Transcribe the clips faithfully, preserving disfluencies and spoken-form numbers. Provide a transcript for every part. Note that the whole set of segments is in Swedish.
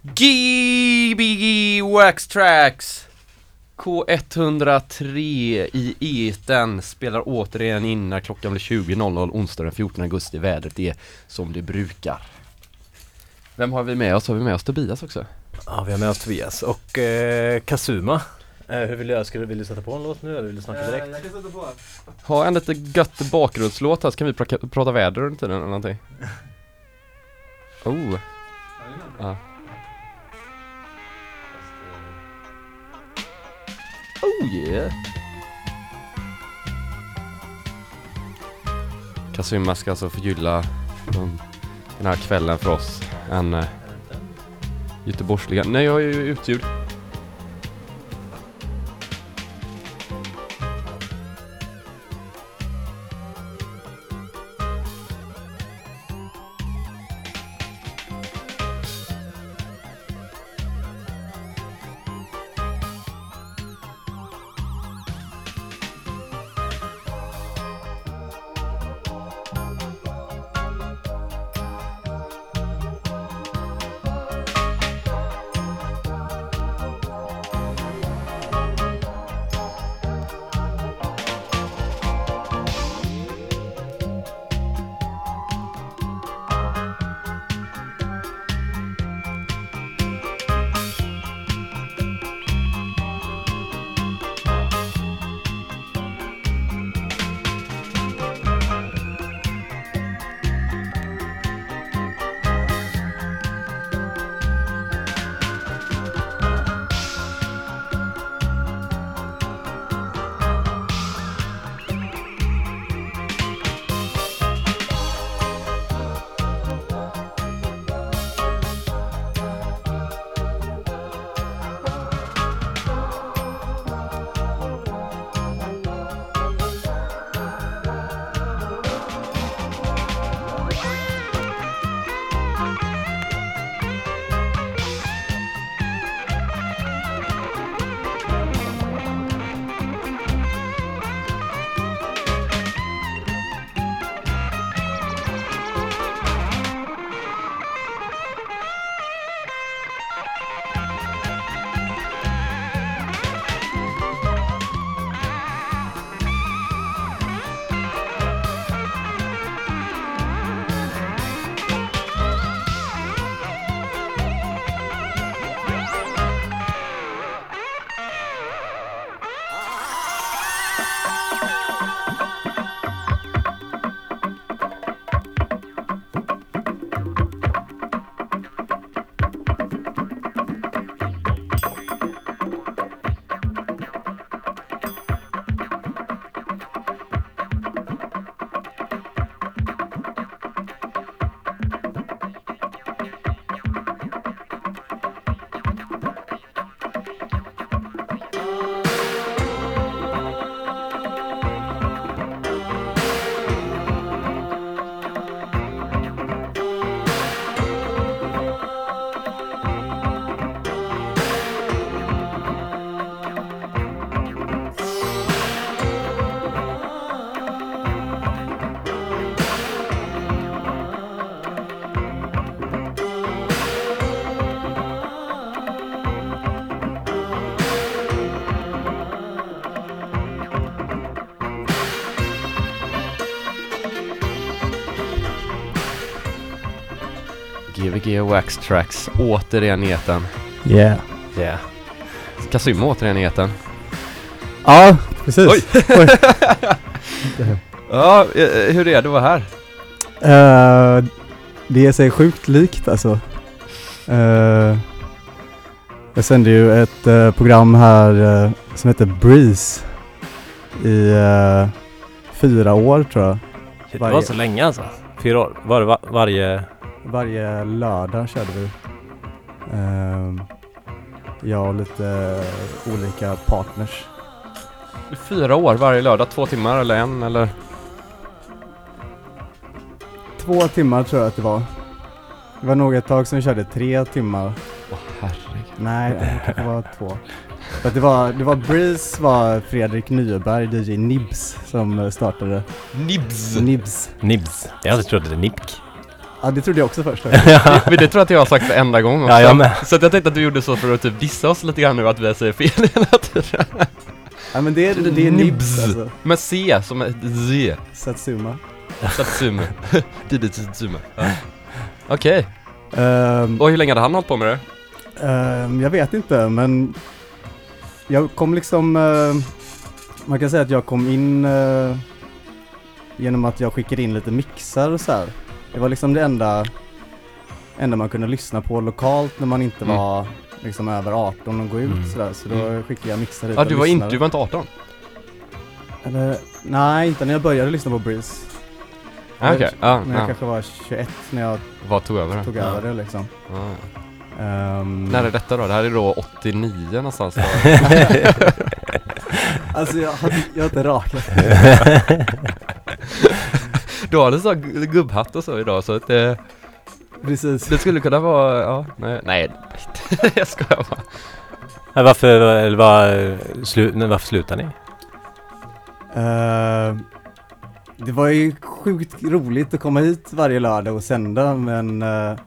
G B G Wax Tracks K ett noll tre i eten spelar återigen in när klockan blir tjugo noll noll onsdag den fjortonde augusti. Vädret är som det brukar. Vem har vi med oss? Har vi med oss Tobias också? Ja, vi har med oss Tobias och eh, Kazuma. Eh, hur vill du göra? Ska du, vill du sätta på en låt nu eller vill du snacka direkt? Eh, jag kan sätta på. Ha en lite gött bakgrundslåt här, så kan vi pra- prata väder under tiden eller någonting. Oh. Ja. Oh yeah. Kazuma ska alltså förgylla den, den här kvällen för oss. En uh, göteborgsliga. Nej, jag är ju utljud. G B G Wax Tracks återigen i eten. Yeah. Yeah. Kazuma återigen i eten. Ja, precis. Oj. Oj. Ja, hur är det att vara här? Uh, det är sig sjukt likt alltså. Uh, jag sände ju ett uh, program här uh, som heter Breeze i uh, fyra år tror jag. Shit, det var så länge alltså. Fyra år. Var det va- varje... Varje lördag körde vi. Uh, jag och lite uh, olika partners. Fyra år varje lördag, två timmar eller en eller? Två timmar tror jag att det var. Det var nog ett tag som vi körde tre timmar. Åh oh, herregud. Nej, det var två. För att det var, det var Breeze var Fredrik Nyberg, D J Nibs som startade. Nibs. Nibs. Nibs. Jag hade trott det var Nipk. Ja, det trodde jag också först. det, men det tror jag att jag har sagt enda gång också. Ja, jag med. Så att jag tänkte att du gjorde så för att typ dissa oss lite grann nu att vi säger fel hela tiden. Ja, men det är, Det är det är nibs. nibs alltså. Med C som är Z. Satsuma. Satsuma. Det är Satsuma. Ja. Okej. Ehm, Och hur länge hade han hållit på med det? ehm, jag vet inte, men jag kom liksom... eh, man kan säga att jag kom in eh, genom att jag skickade in lite mixar och så här. Det var liksom det enda, enda man kunde lyssna på lokalt när man inte Mm. var liksom över arton och gå ut Mm. så där. Så då Mm. skickade jag mixar dit Ja, och du var, inte, lyssnade. du var inte arton? Eller, nej, inte när jag började lyssna på Breeze. Ah, Okej, ja. Men jag ja. kanske var tjugoett när jag Vad tog över? tog Ja. över det liksom. Ja. Ehm, När är detta då? Det här är då åttionio någonstans då. Alltså jag har, jag har inte rakat. Du har en sån gu- gubbhatt och så idag så att det, Precis. det skulle kunna vara, ja, nej, nej, jag skojar bara. Men varför, eller var, slu, nej, varför slutar ni? Ehm, det var ju sjukt roligt att komma hit varje lördag och sända, men eh,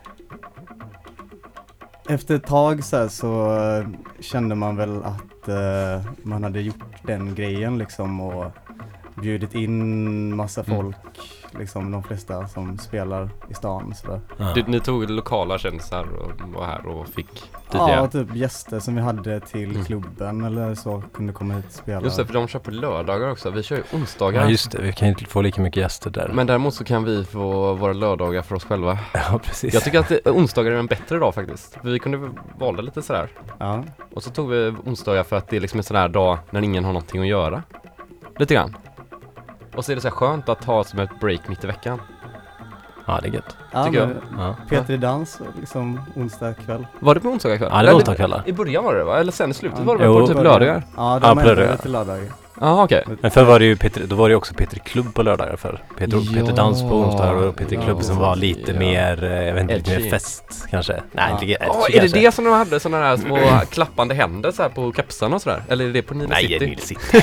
efter ett tag så, här, så eh, kände man väl att eh, man hade gjort den grejen liksom och bjudit in massa Mm. folk, liksom de flesta som spelar i stan så där. Ja. Du, ni tog lokala kändisar och var här och fick D J. Ja, typ gäster som vi hade till Mm. klubben eller så kunde komma hit och spela. Just det, för de kör på lördagar också. Vi kör ju onsdagar. Ja just det, vi kan ju inte få lika mycket gäster där. Men däremot så kan vi få våra lördagar för oss själva. ja, precis. Jag tycker att det, onsdagar är en bättre dag faktiskt. Vi kunde valda lite sådär. Ja. Och så tog vi onsdagar för att det är liksom en sån här dag när ingen har någonting att göra. Lite grann. Och så är det så här skönt att ha som ett break mitt i veckan. Ja, det är gött. Ja, Tycker jag. men Ja, Peter i dans liksom onsdag kväll. Var det på onsdagar kväll? ja det var onsdagskvällar. I början var det va? Eller sen i slutet Ja. var det väl Jo. på typ lördagar? Ja, Ja, de på ändrade lördagar. det till lördagar. Ja, okej. Men förr var det ju Peter, då var det ju också Peter Klubb på lördagar för Peter, Ja. Peter Dans på onsdagar och Peter Klubb som var lite Ja. mer, eh, jag vet inte, lite Edgy. mer fest kanske. Nej, Ja. inte edgy Åh, är det kanske. det som de hade sådana här små klappande händer så här på kepsarna och sådär? Eller är det på Nile Nej, City? Nile City.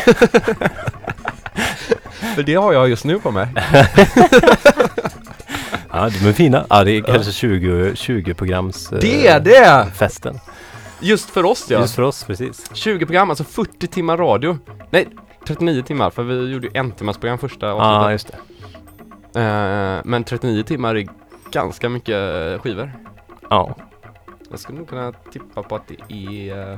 För det har jag just nu på mig. Ja, de är fina. Ja, det är kanske tjugo, tjugo programs eh, Det är det! festen. Just för oss ja. Just för oss, precis. tjugo program, alltså fyrtio timmar radio. Nej, trettionio timmar för vi gjorde ju en timmars program första Ja, avsnittet. just det. Eh, men trettionio timmar är ganska mycket skivor. Ja. Jag skulle nog kunna tippa på att det är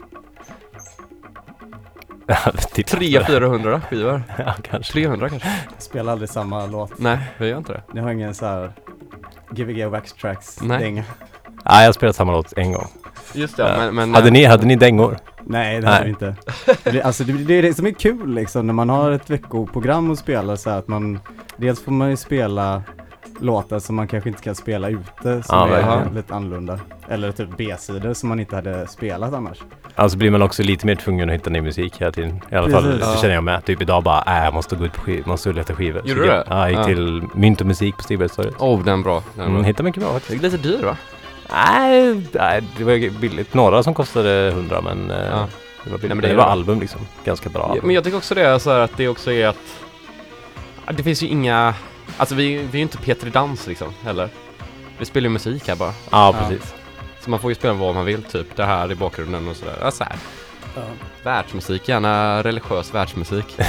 Titta på tre det. fyrahundra skivor. Ja, kanske. trehundra kanske. Jag spelar aldrig samma låt. Nej, vi gör inte det. Ni har ingen så här Gbg Wax Tracks Nej. dänga. Ja, jag har spelat samma låt en gång. Just det, Ja. men, men Hade ni, hade ni dängor? Nej, det Nej. har vi inte. Det, alltså det, det är det som är kul liksom när man har ett veckoprogram och spelar så här att man dels får man ju spela låtar som man kanske inte kan spela ute som Ja, är verkligen. lite annorlunda. Eller typ B-sidor som man inte hade spelat annars. Alltså blir man också lite mer tvungen att hitta ny musik hela tiden. I alla fall, Precis. det Ja. känner jag med. Typ idag bara, äh, jag måste gå ut på skiv, måste leta skivor. Gjorde Så du jag, det? ja, jag gick Ja. till Mynt och musik på Stigbergstorget. oh, den är bra. Den är Mm, bra. hittade mycket bra Det faktiskt. är lite dyr va? Nej, nej, det var ju billigt. Några som kostade hundra men eh, Ja. det var Nej, billigt. men det, det är var bra. album liksom. Ganska bra Ja, album. men jag tycker också det är så här att det också är att ja, det finns ju inga, alltså vi, vi är ju inte Peter i dans liksom heller. Vi spelar ju musik här bara. Ja, Ja. precis. Så man får ju spela vad man vill typ. Det här i bakgrunden och sådär. Ja, så här. Ja. Världsmusik, gärna religiös världsmusik. Som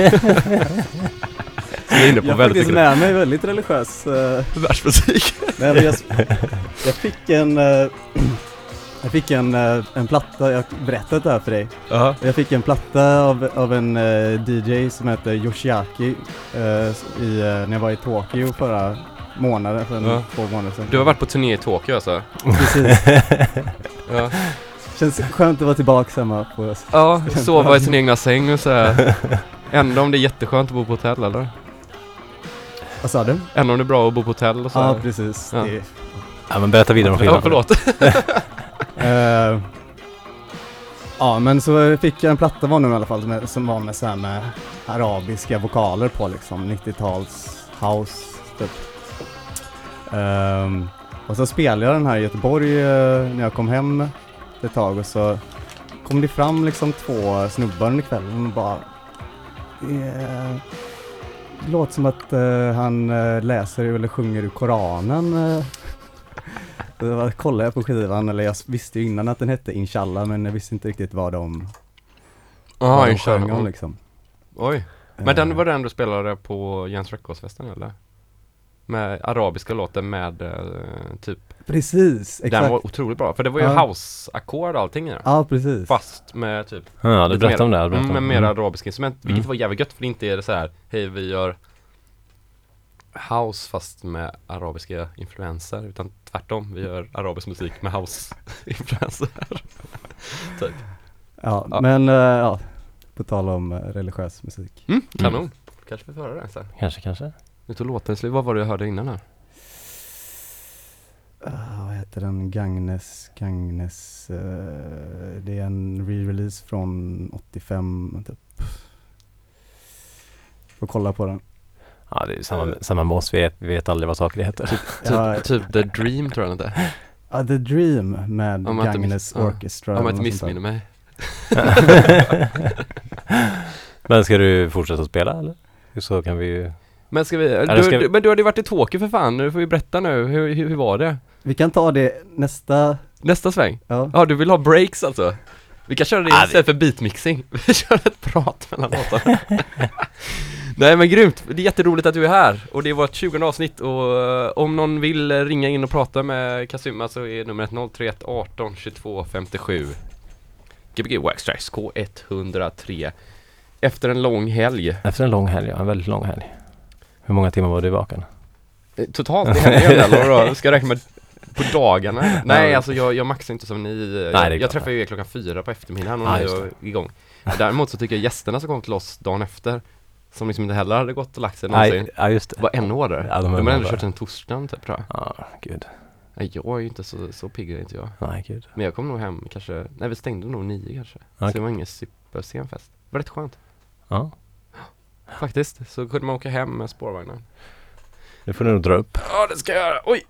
jag är inne på Jag har väldigt faktiskt mycket. med mig väldigt religiös. Uh, Världsmusik. nej, men jag, jag fick en, eh, jag fick en, eh, en platta, jag har berättat det här för dig. Ja. Jag fick en platta av, av en eh, D J som heter Yoshiaki eh, i, eh, när jag var i Tokyo förra månaden, för en, Ja. två månader sedan. Du har varit på turné i Tokyo alltså? Precis. Ja. Känns skönt att vara tillbaka hemma på Ja, sova i sin egna säng och så här. Ändå om det är jätteskönt att bo på hotell eller? Vad sa du? Ändå om det är bra att bo på hotell och så Ja, här. precis. Ja. Det, Ja, men berätta vidare om skivan. Ja, förlåt. eh, ja, men så fick jag en platta var nu i alla fall med, som var med så här med arabiska vokaler på liksom, nittio-tals house typ. Ehm, och så spelade jag den här i Göteborg eh, när jag kom hem ett tag och så kom det fram liksom två snubbar under kvällen och bara eh, det låter som att uh, han uh, läser eller sjunger ur Koranen. Uh. Då kollade jag på skivan, eller jag visste ju innan att den hette Inshallah, men jag visste inte riktigt vad de, Ja, vad de Inshallah. sjöng om liksom. Oj. Men den var den du spelade på Jens Records-festen eller? Med arabiska låten med uh, typ. Precis, exakt. Den var otroligt bra, för det var ju Ja. house-ackord och allting där. Ja, precis. Fast med typ Ja, du lite berättade om det. mer, Du berättade mm, om. med mer Mm. arabiska instrument, vilket Mm. var jävligt gött, för det inte är det så här, hej vi gör house fast med arabiska influenser, utan tvärtom, vi gör arabisk musik med house-influenser. Typ. Ja, Ja. men uh, ja, på tal om uh, religiös musik. Mm, kanon. Kanske vi får höra den sen. Kanske, kanske. Nu tog låten slut. Vad var det jag hörde innan här? Uh, vad heter den? Gagnes, Gagnes, uh, det är en re-release från åttiofem typ. Får kolla på den. Ja, det är samma, samma med oss. Vi vet, vi vet aldrig vad saker heter. Ja, Typ, typ The Dream tror jag inte. ja, The Dream med Om jag inte Gagnes miss- ja. Orchestra. Om jag eller inte något sånt där. missminner mig. Men ska du fortsätta spela eller? Så kan vi ju... Men ska vi, Eller du, ska vi- du, men du hade ju varit i Tokyo för fan, du får ju berätta nu, hur, hur, hur var det? Vi kan ta det nästa, Nästa sväng? ja. Ja, du vill ha breaks alltså? Vi kan köra det Ah, vi- istället för beatmixing. Vi kör ett prat mellan låtarna. Nej men grymt, det är jätteroligt att du är här. Och det är vårt tjugonde avsnitt. Och uh, om någon vill uh, ringa in och prata med Kazuma så är numret noll tre ett arton tjugotvå femtiosju. Gbg Waxtrax K etthundratre. Efter en lång helg. Efter en lång helg, ja, en väldigt lång helg. Hur många timmar var du vaken? Eh, Totalt, det händer ju en del. Och då ska jag räkna med på dagarna. Nej, alltså jag, jag maxar inte som ni. Nej, det är Jag, jag klart. träffar ju er klockan fyra på eftermiddagen och Ja, nu just är jag igång. Däremot så tycker jag gästerna som kom till oss dagen efter, som liksom inte heller hade gått och lagt sig någonsin, Nej, ja just det. var ännu hårdare. Ja, de var de har ännu ändå kört hårdare. en torsdagen typ tror jag. Ja, gud. Nej, jag är ju inte så, så pigg är inte jag. Nej, gud. Men jag kom nog hem kanske, nej vi stängde nog nio kanske. Okej. Så det var ingen supersen fest. Det var rätt skönt. Ja, Faktiskt, så kunde man åka hem med spårvagnen. nu får du nog dra upp. Ja, det ska jag göra. Oj!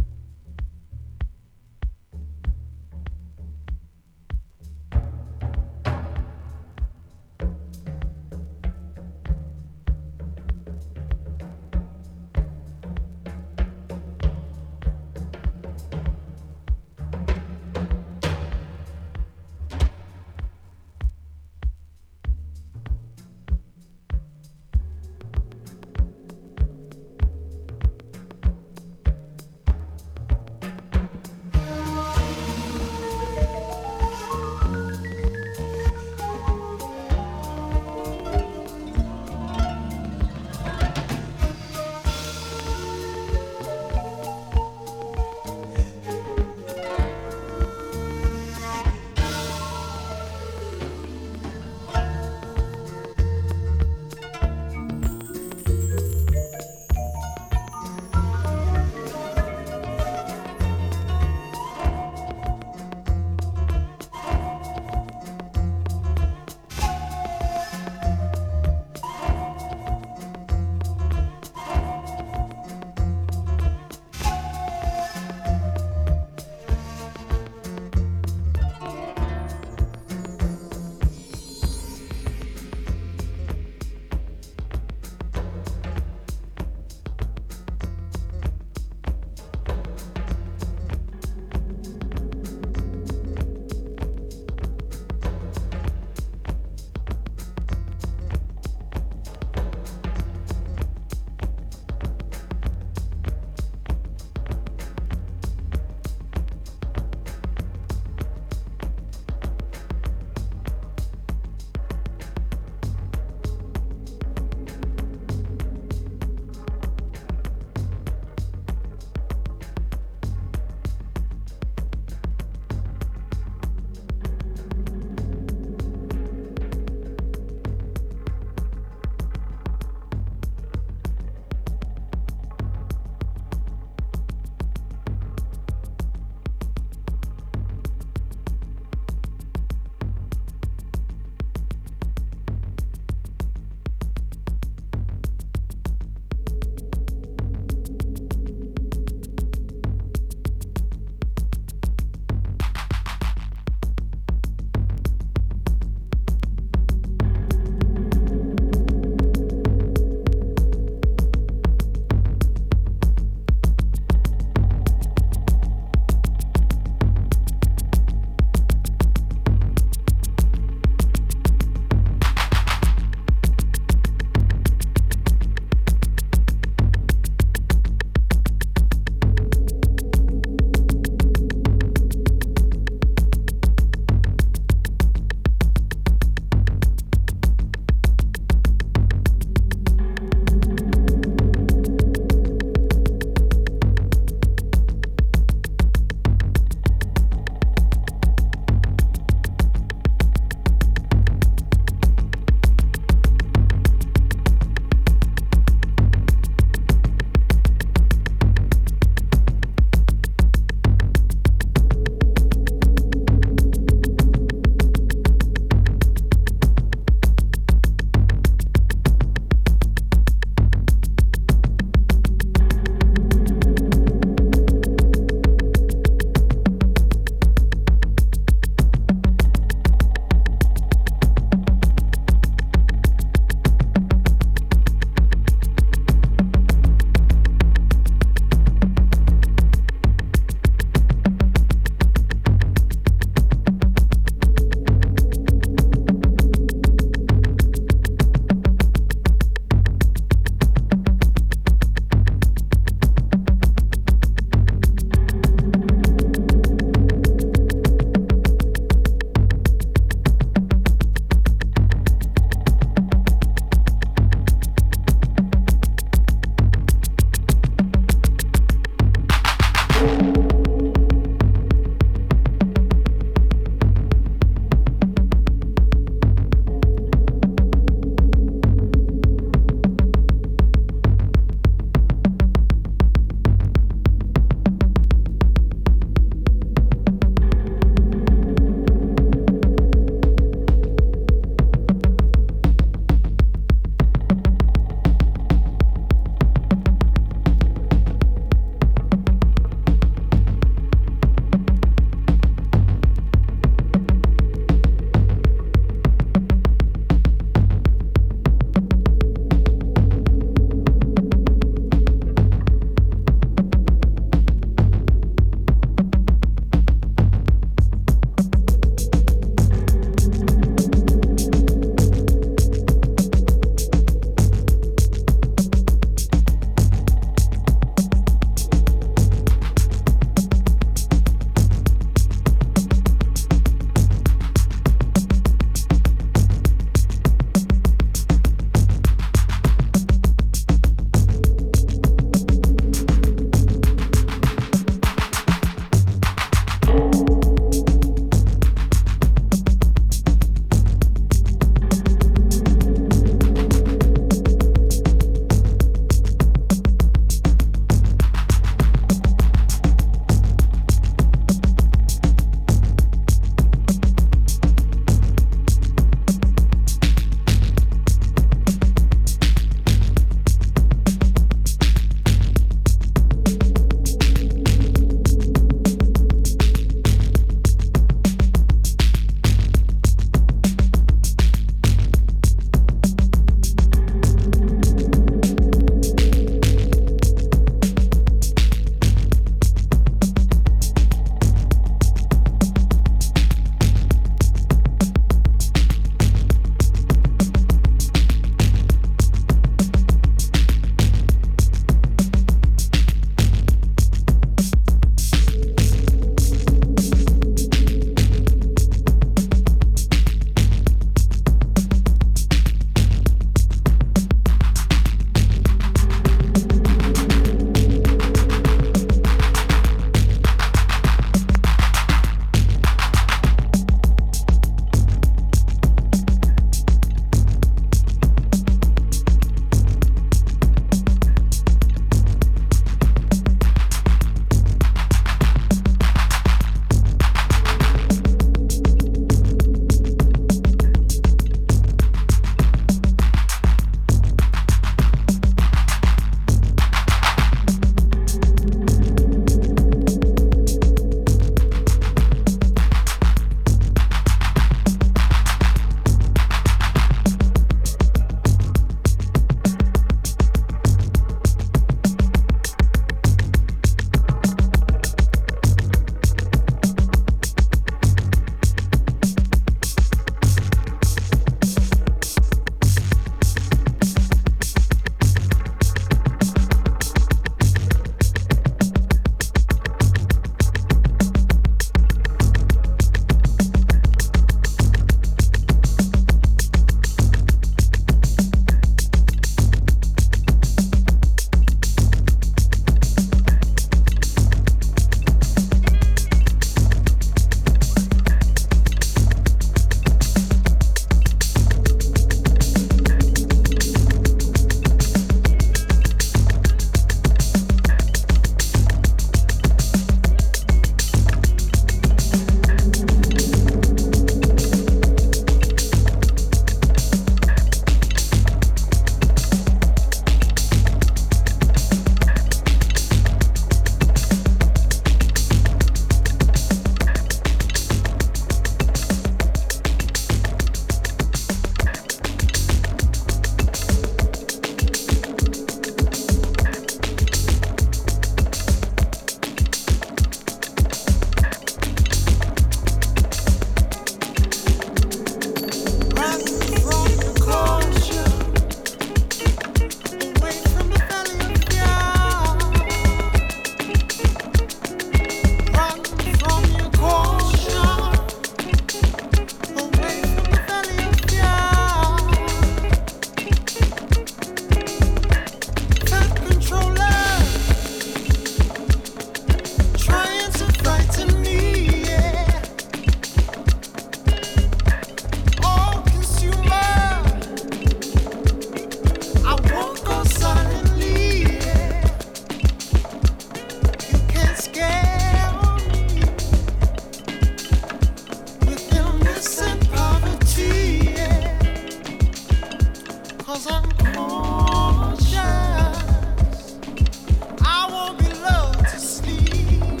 'cause I'm cautious. I won't be loved to sleep.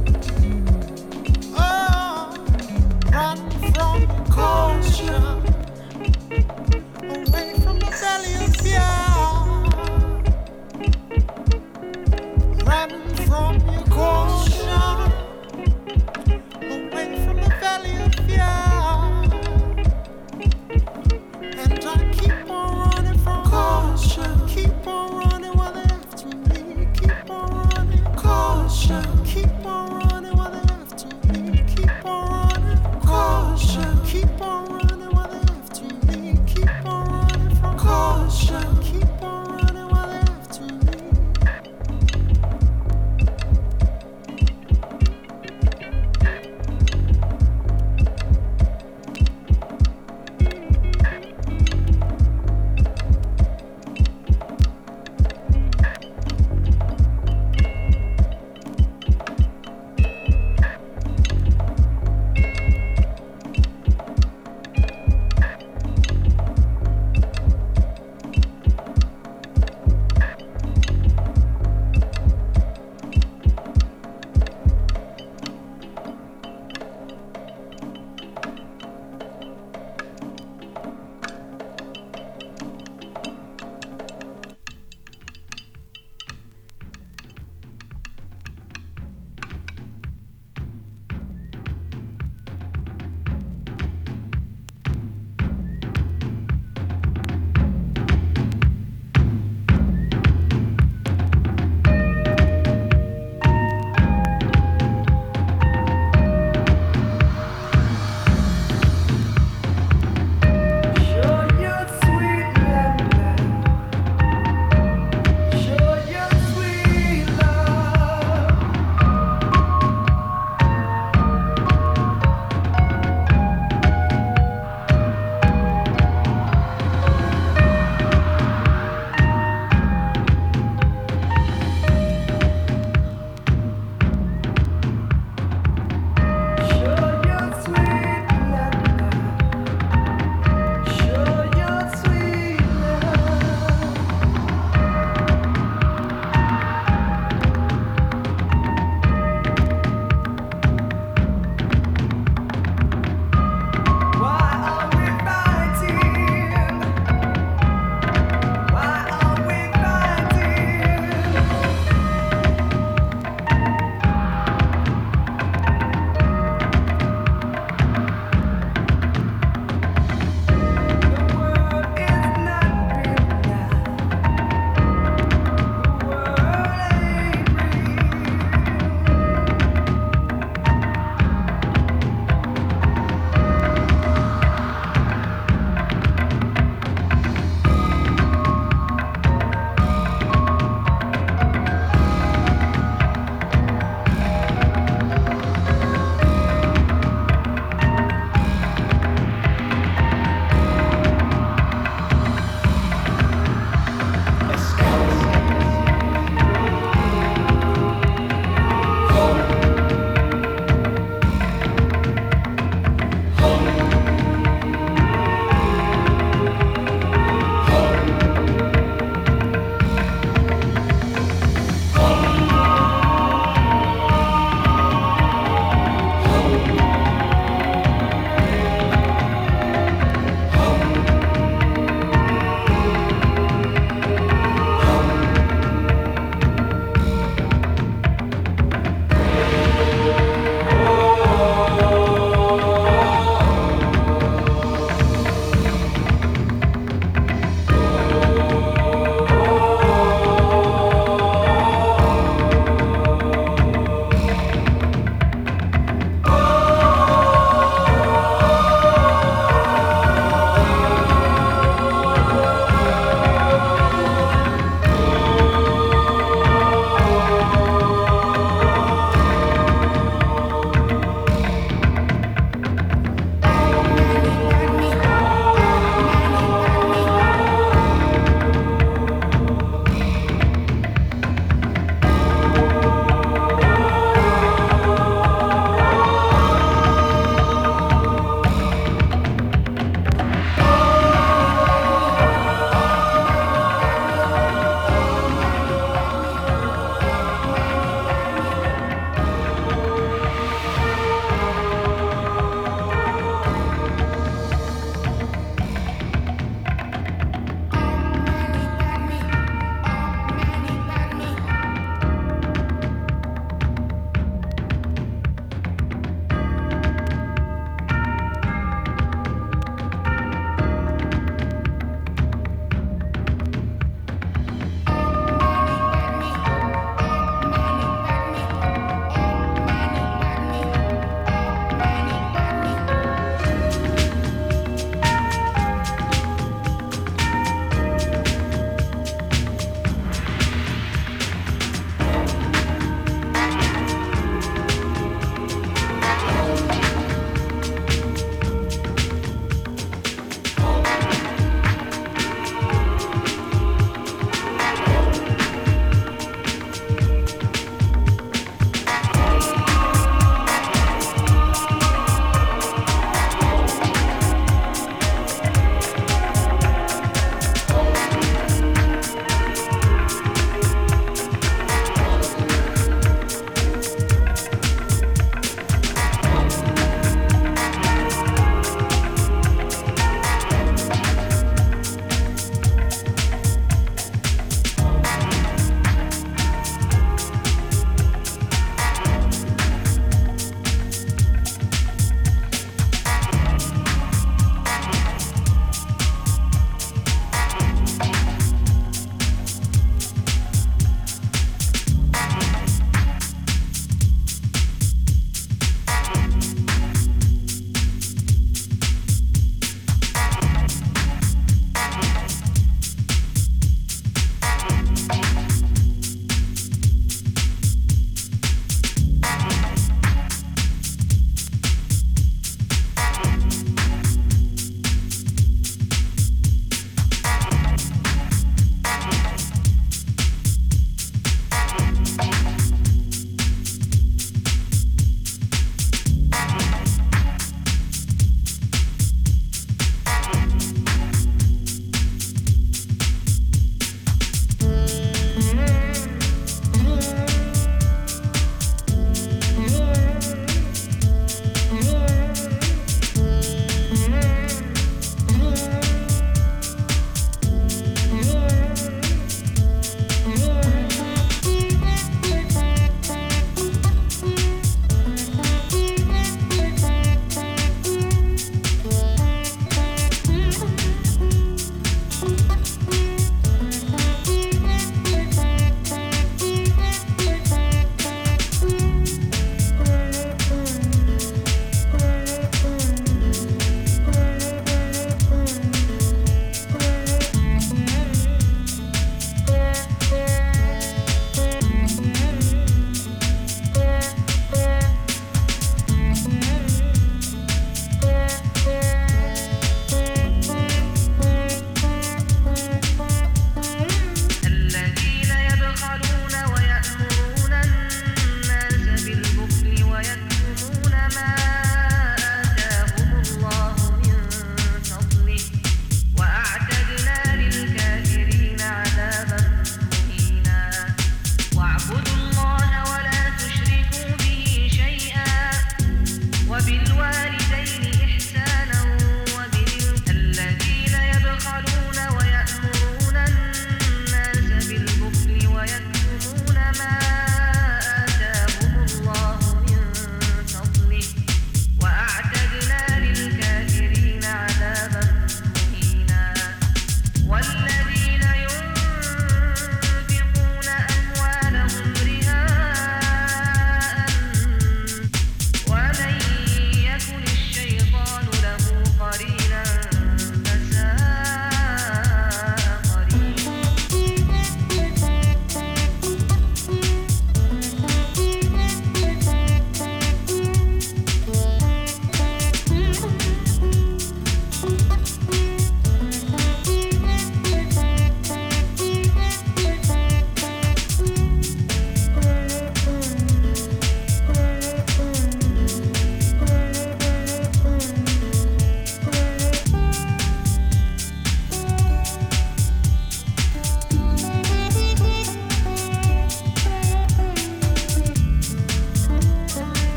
Oh, run from caution, away from the valley of fear. Run from your caution, away from the valley of fear. And I keep on running from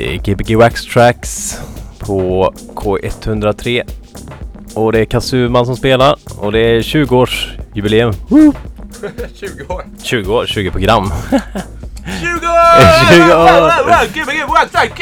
Det är Gbg Wax Tracks på K ett noll tre. Och det är Kazuma som spelar. Och det är tjugo-årsjubileum. tjugo år. tjugo år, tjugo program. tjugo år! tjugo år! Gbg Wax Tracks!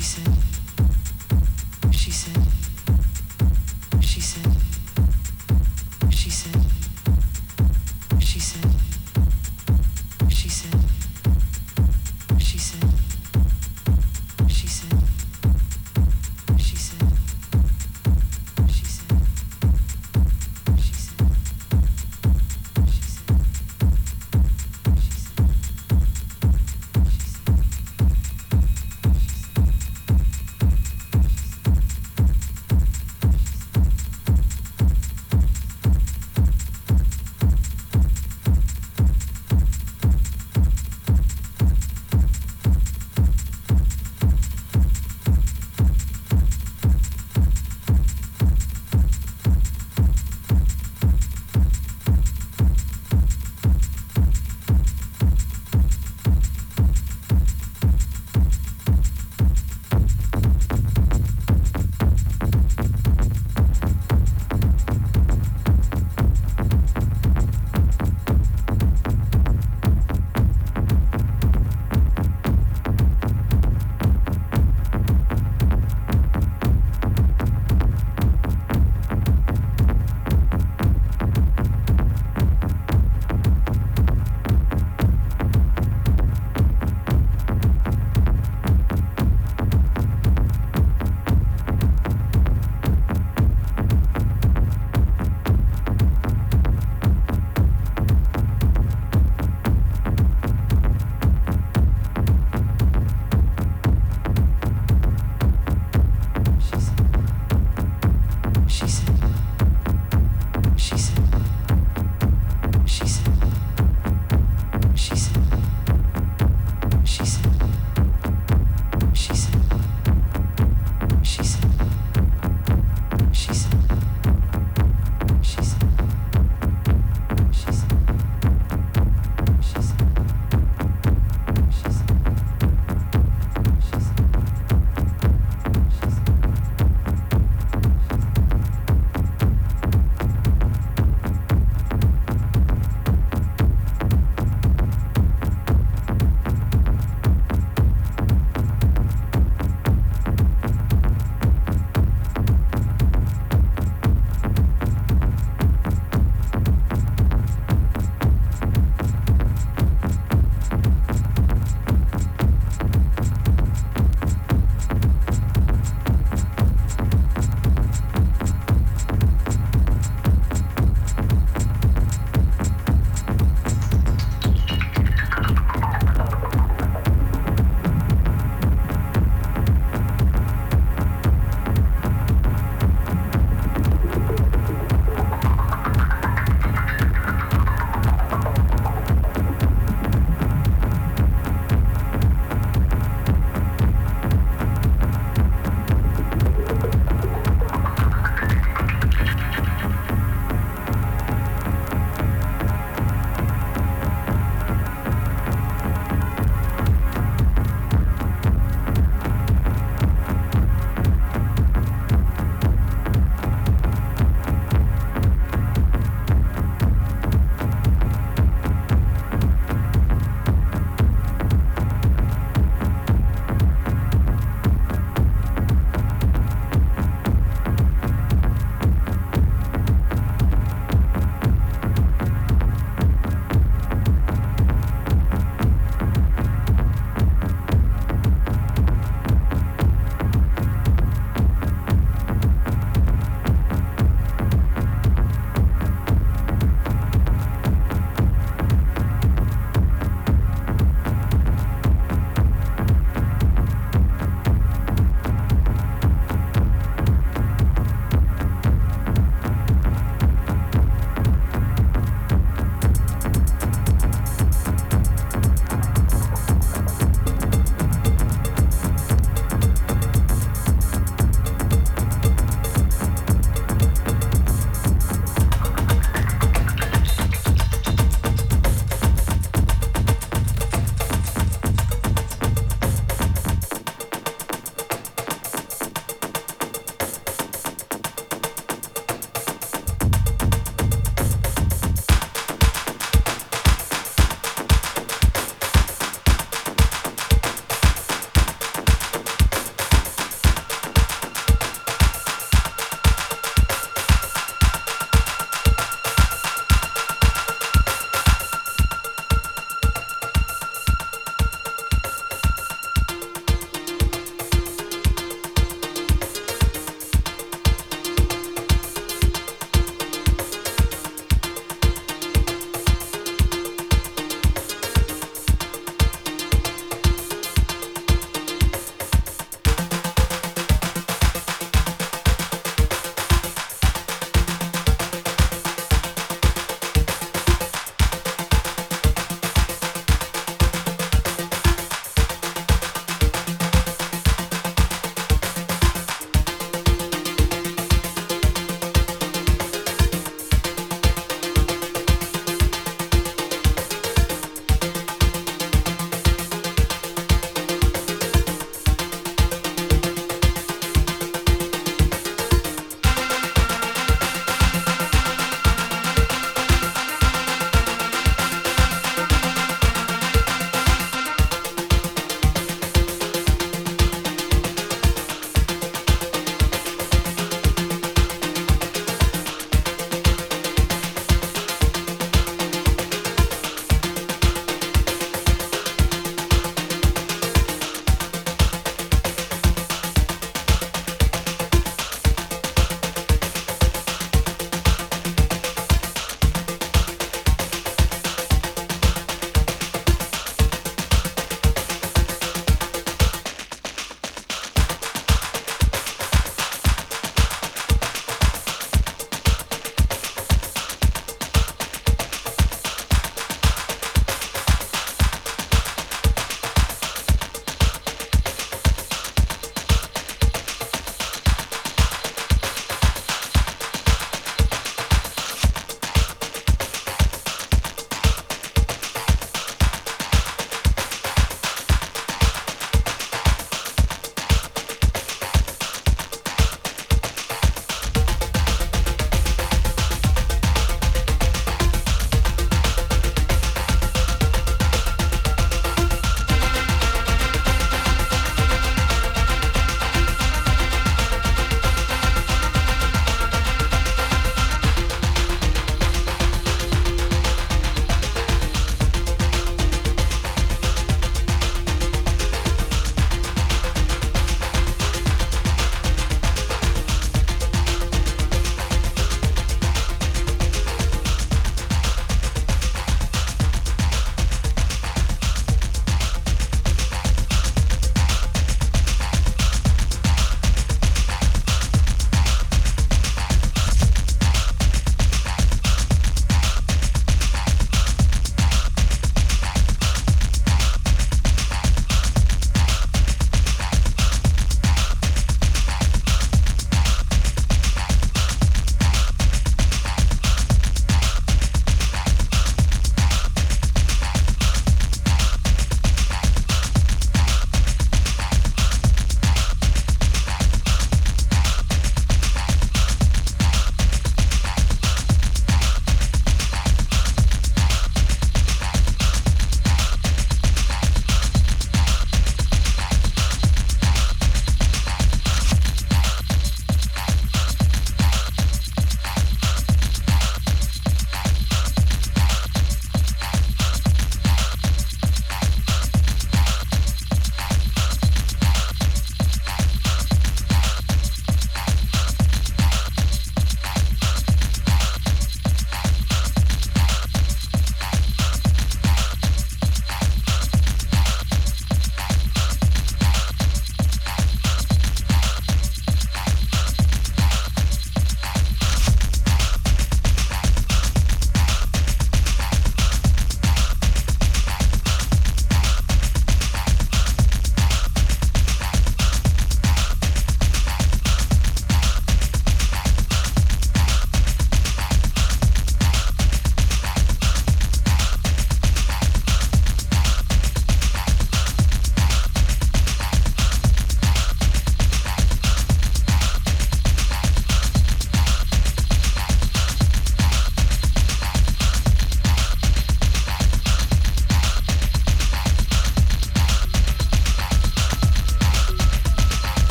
She said, she said, she said, she said, she said, she said, she said, she said, she said, she said, she said, she said.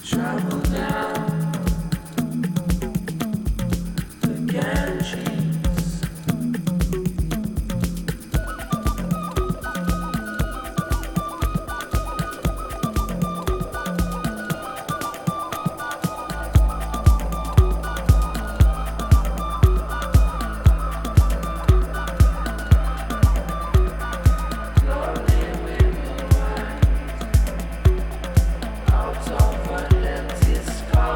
Out of an empty sky.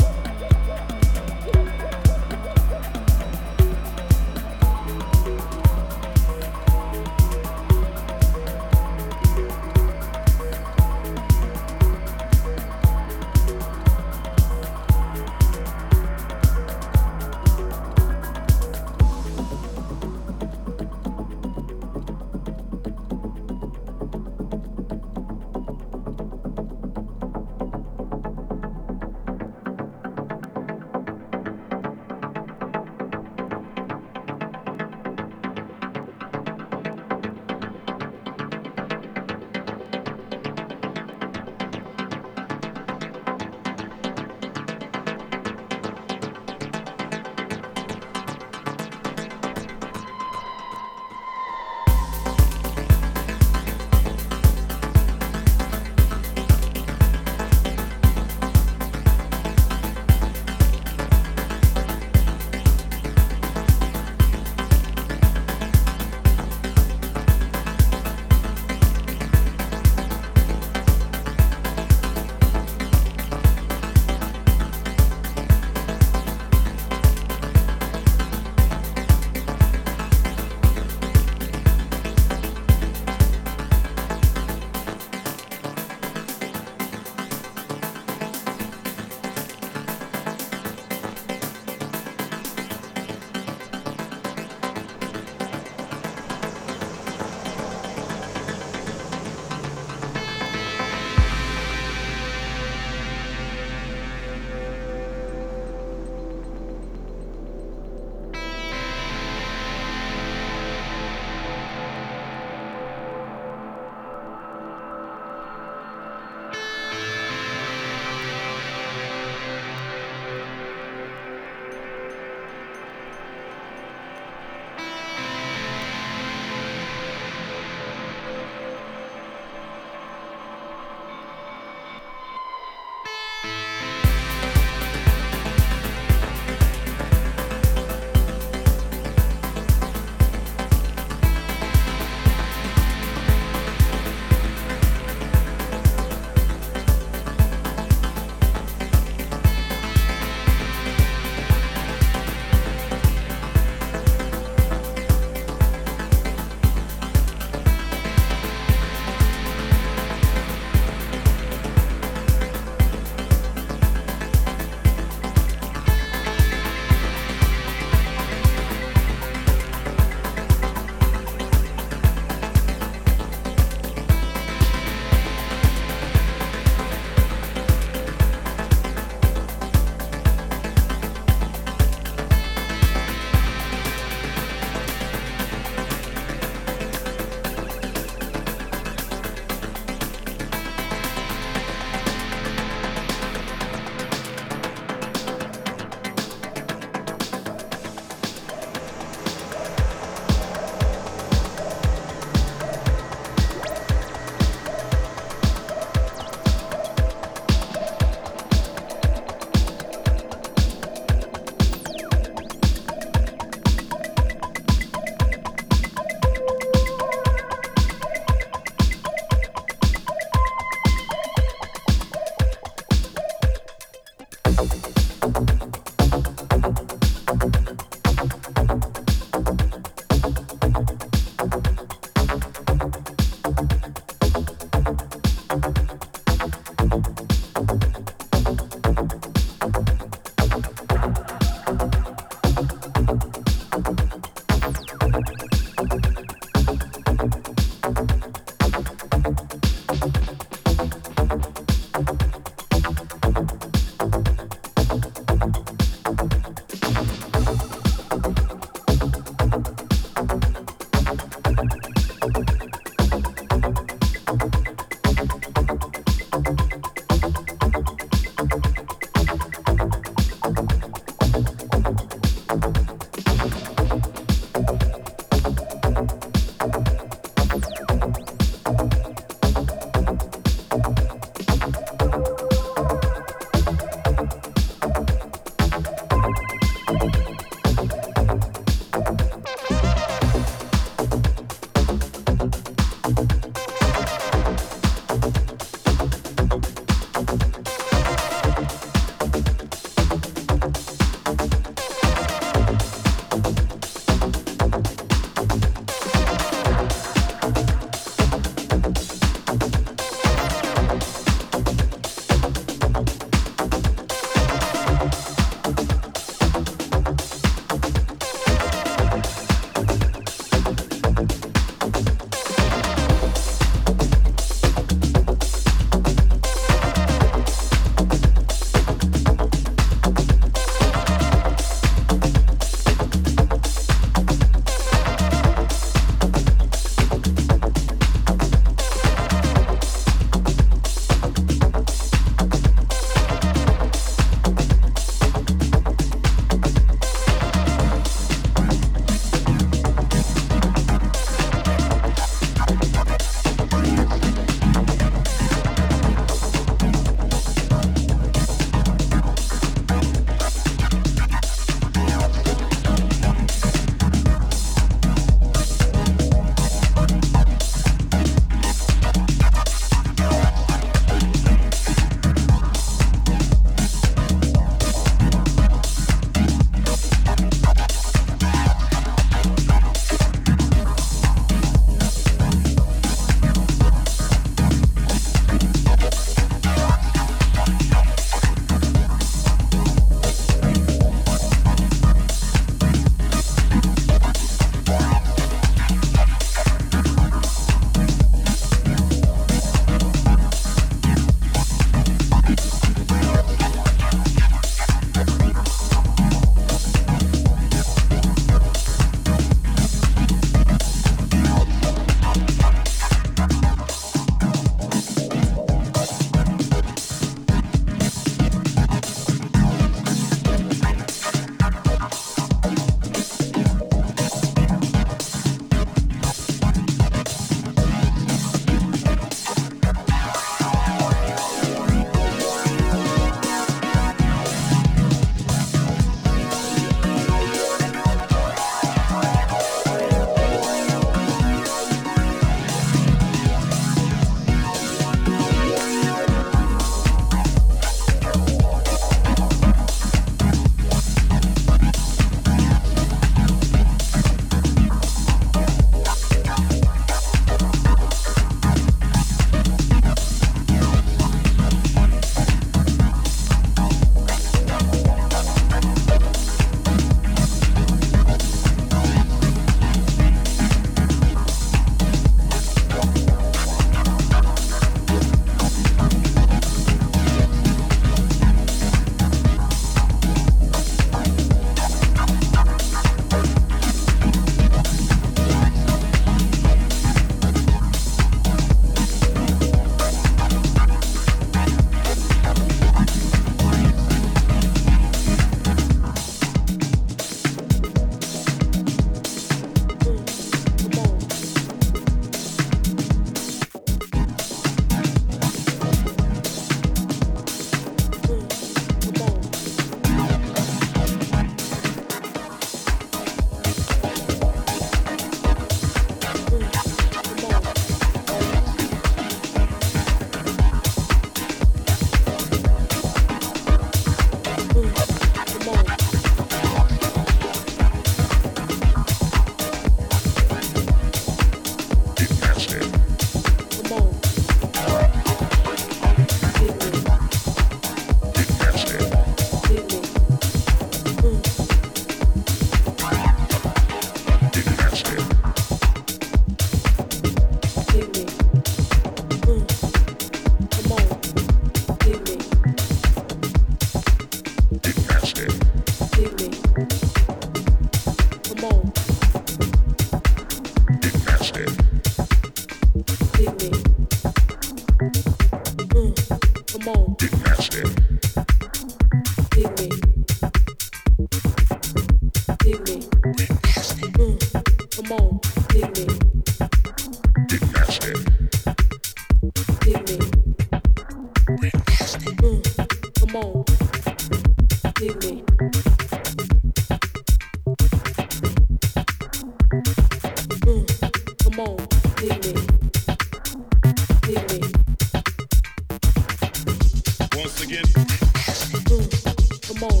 again. Come on.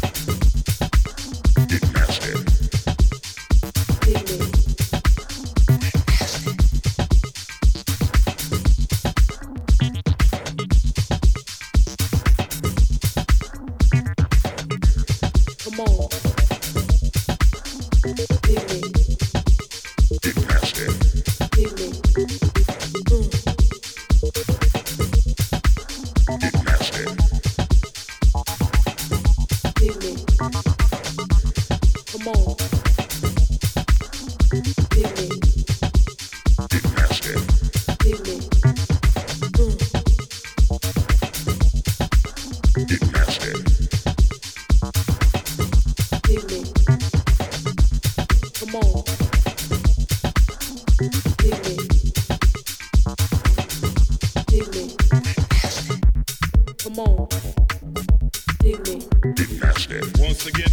Get nasty. Dig me. Come on. Dig me. Get nasty. Dig me. Mm. Get nasty. Dig me. Come on. Dig me. Get nasty. Dig me. Mm. Get nasty. Dig me. Come on. Dig me. Dig me. Come on. Dig me. Get nasty. Once again.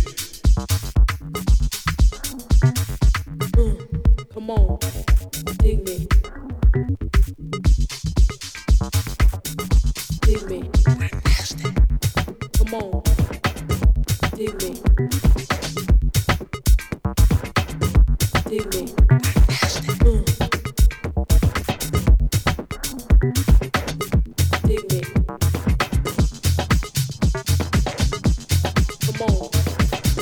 Mm. Come on. Dig me. Dig me. Come on. Dig me. Dig me. Mm. Dig me. Come on.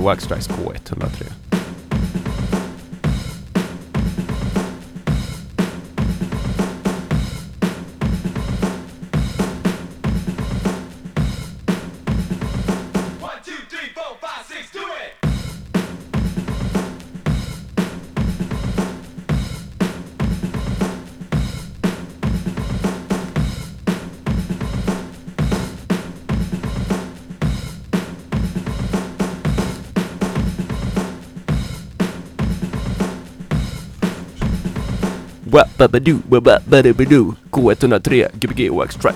Wax Tracks K ett noll tre. Wap-ba-ba-doo, wap-ba-ba-da-ba-doo, K ett noll tre, G B G Wax Tracks.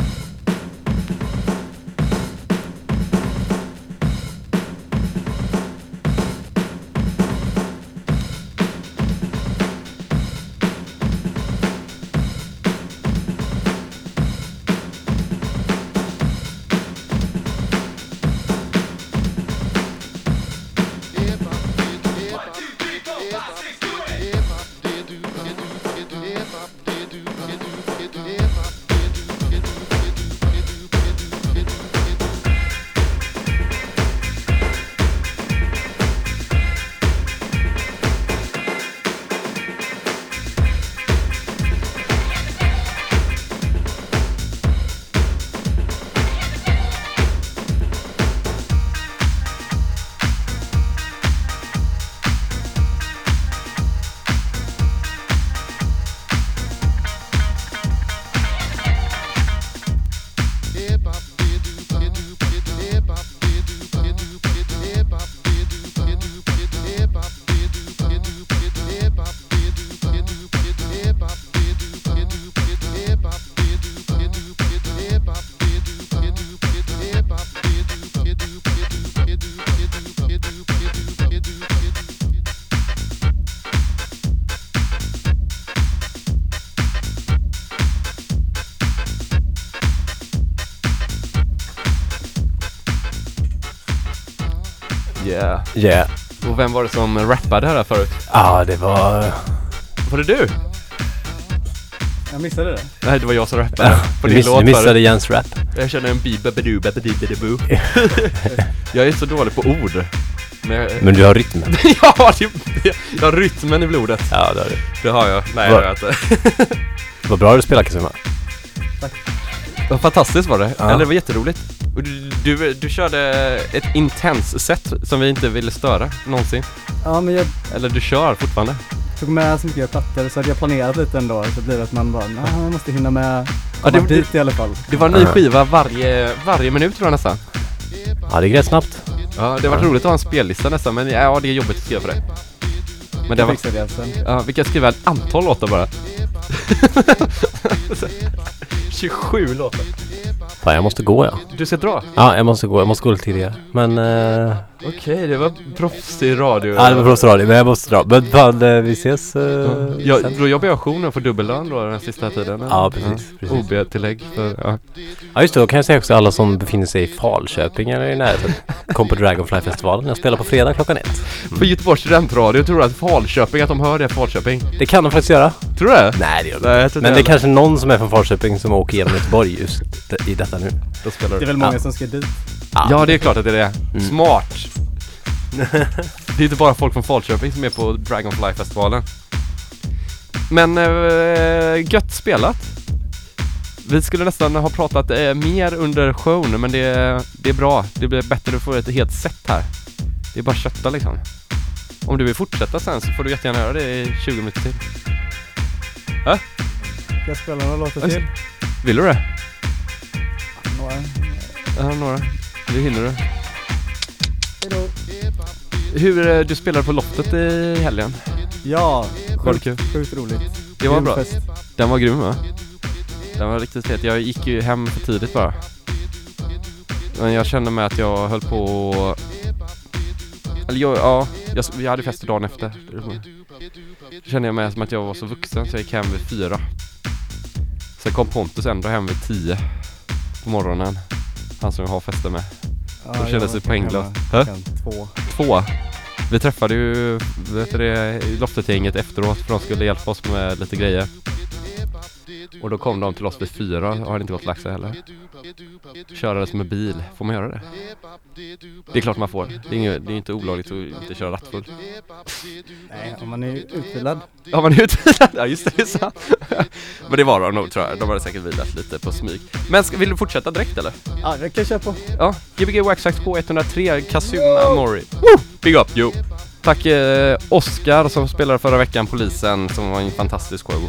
Yeah. Yeah. Och vem var det som rappade här förut? Ja, det var... Var det du? Jag missade det. Nej, det var jag som rappade på Du, din miss, låt du missade förut. Jens rap. Jag känner en bi-ba-ba-doo, ba-ba-doo-ba-da-boo. Jag är så dålig på ord. Men, jag, Men du har rytm. ja, det, jag har rytmen i blodet. Ja, det har du. Det har jag. Nej, Var- det har jag inte. Vad bra du spelar, Kazuma. Vad fantastiskt var det. Ja. Eller det var jätteroligt. Och du, du, du körde ett intens set som vi inte ville störa någonsin. Ja, men jag Eller du kör fortfarande. tog med så mycket plattor så hade jag planerat lite ändå. Så blir det att man bara, nej, jag måste hinna med Ja, komma det- dit i alla fall. Det var en ny Ja. skiva varje, varje minut tror jag nästan. Ja, det gick rätt snabbt. Ja, det var Ja. roligt att ha en spellista nästan, men ja, det är jobbigt att skriva för det. Men det Det var, fixade jag sen. ja, vi kan skriva ett antal låtar bara. tjugosju låtar. Fan, jag måste gå, ja. Du ska dra? Ja, jag måste gå. Jag måste gå lite tidigare. Men... Uh, Okej, det var proffsig radio. ja, det var proffs radio, men jag måste dra. Men fan, eh, vi ses uh, Ja, sen. då jobbar jag auktioner för dubbellön då den sista tiden. Ja, precis, precis. O B-tillägg för, ja. Ja, just det. Då kan jag säga också alla som befinner sig i Falköping eller i närheten. Kom på Dragonfly-festivalen. Jag spelar på fredag klockan ett. För Göteborgs studentradio, tror du att Falköping, att de hör det Falköping? Det kan de faktiskt göra. Tror du det? Nej, det gör de Nej, jag tror Men inte det är kanske någon som är från Falköping som åker genom Göteborg just i detta nu. Då spelar Det du. är väl många Ja. som ska dit. Ja, det är klart att det är det. Mm. Smart! Det är inte bara folk från Falköping som är på Dragonfly-festivalen. Men äh, gött spelat. Vi skulle nästan ha pratat äh, mer under showen, men det, det är bra. Det blir bättre att få ett helt set här. Det är bara kötta liksom. Om du vill fortsätta sen så får du jättegärna göra det i tjugo minuter till. Hä? Ska jag spela några låtar till? Vill du det? Några. Ja, några. Det hinner du. Hejdå. Hur eh, du spelade på loftet i helgen? Ja, Var det sjukt, kul? sjukt roligt. Det var bra. Grym fest. Den var grym, va? Den var riktigt fet. Jag gick ju hem för tidigt bara. Men jag kände mig att jag höll på... Eller jag, ja, jag, jag hade fest dagen efter. Då kände jag mig som att jag var så vuxen så jag gick hem vid fyra. Sen kom Pontus ändå hem vid tio på morgonen. Han som jag har fester med. Ja, Då jag kändes var det poänglöst. hemma Hä? klockan Två. Två. Vi träffade ju vet du det, loftet-gänget efteråt för de skulle hjälpa oss med lite grejer. Och då kom de till oss vid fyra och hade inte gått lagt sig heller. Köra det som en bil, får man göra det? Det är klart man får. Det är, inget, det är inte olagligt att inte köra rattfull. Nej, om man är utvilad. Ja, man är utvilad. Ja, just det, det är sant. Men det var de nog, tror jag. De hade säkert vilat lite på smyg. Men ska, vill du fortsätta direkt eller? Ja, det kan jag köra på. Ja, G B G Wax Trax K ett noll tre, Kazuma Mori. Woo! Big up, jo. Tack eh, Oscar som spelade förra veckan, Polisen, som var en fantastisk show.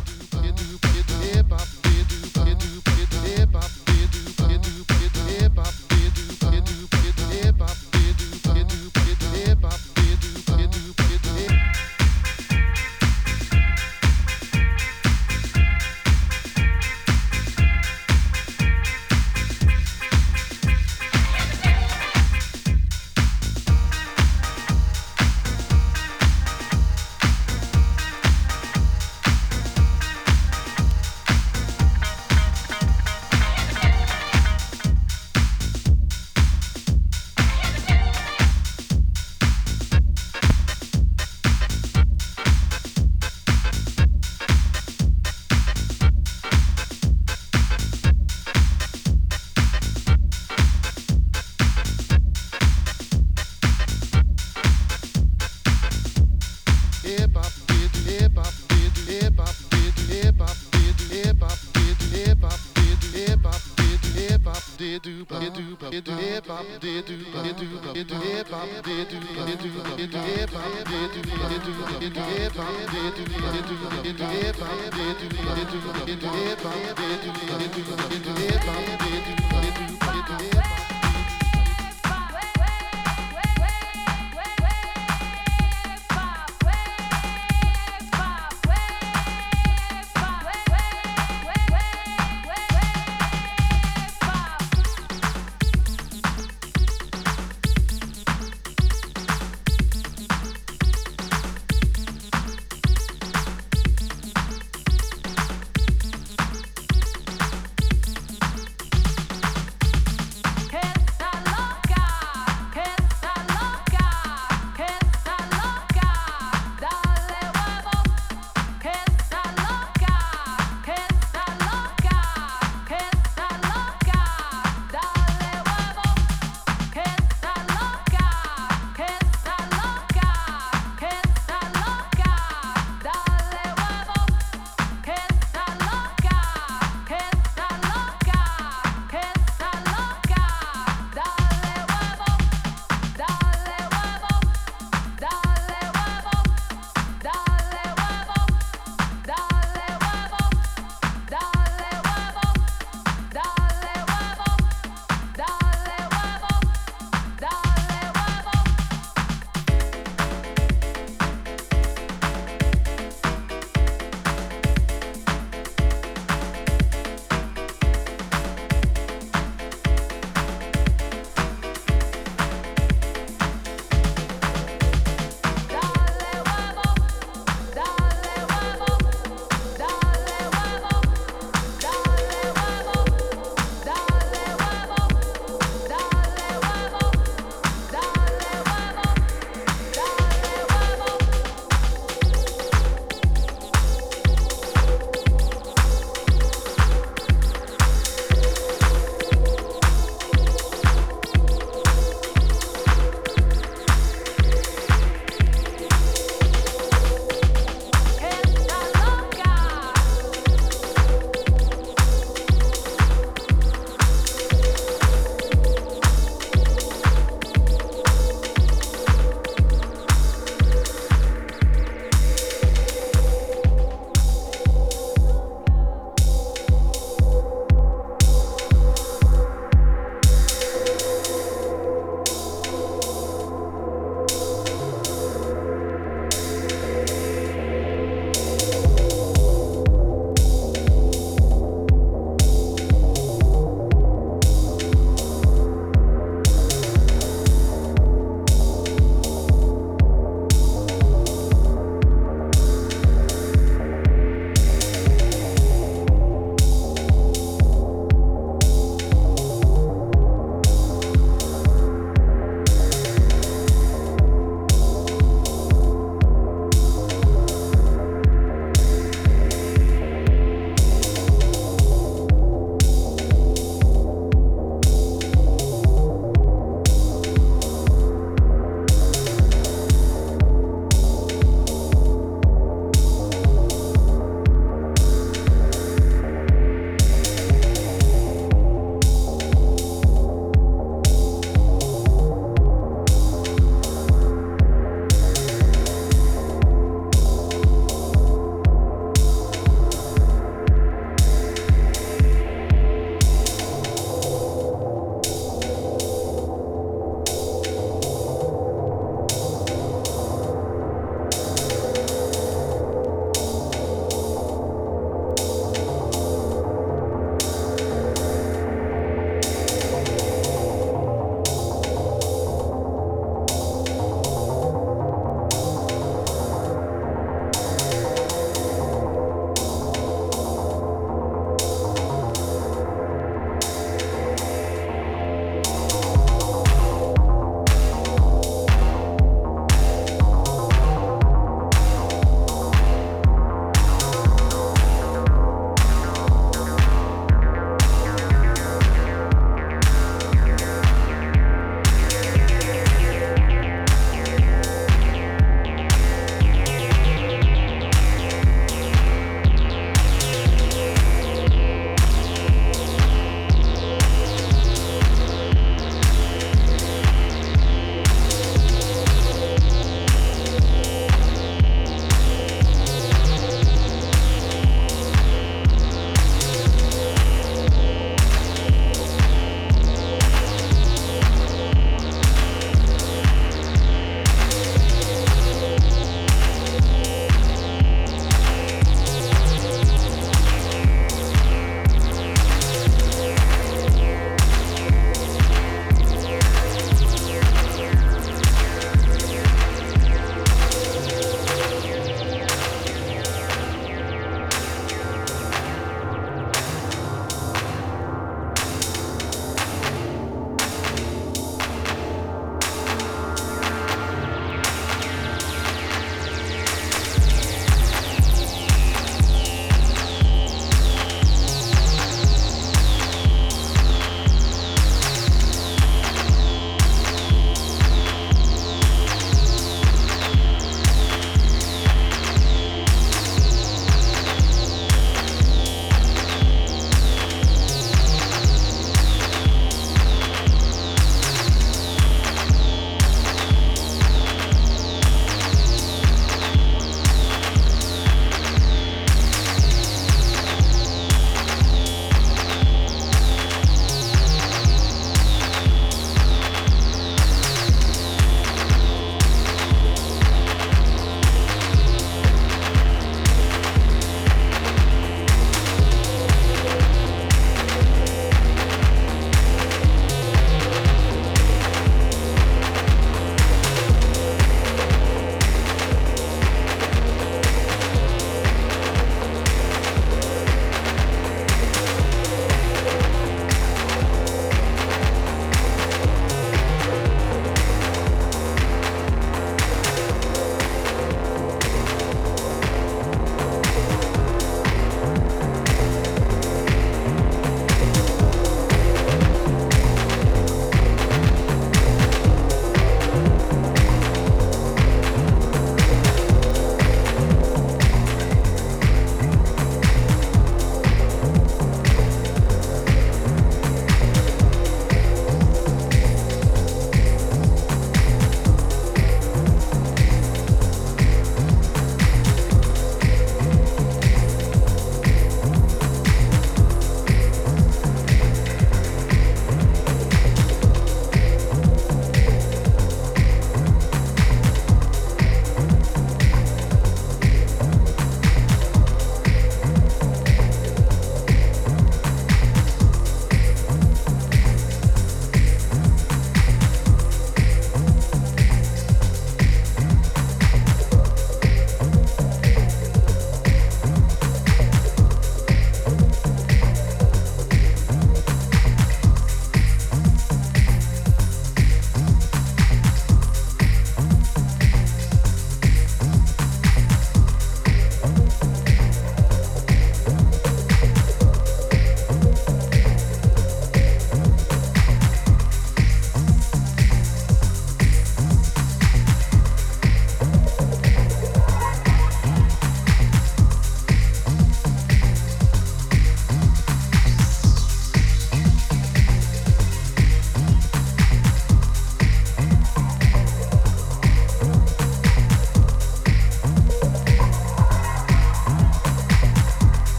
Hello.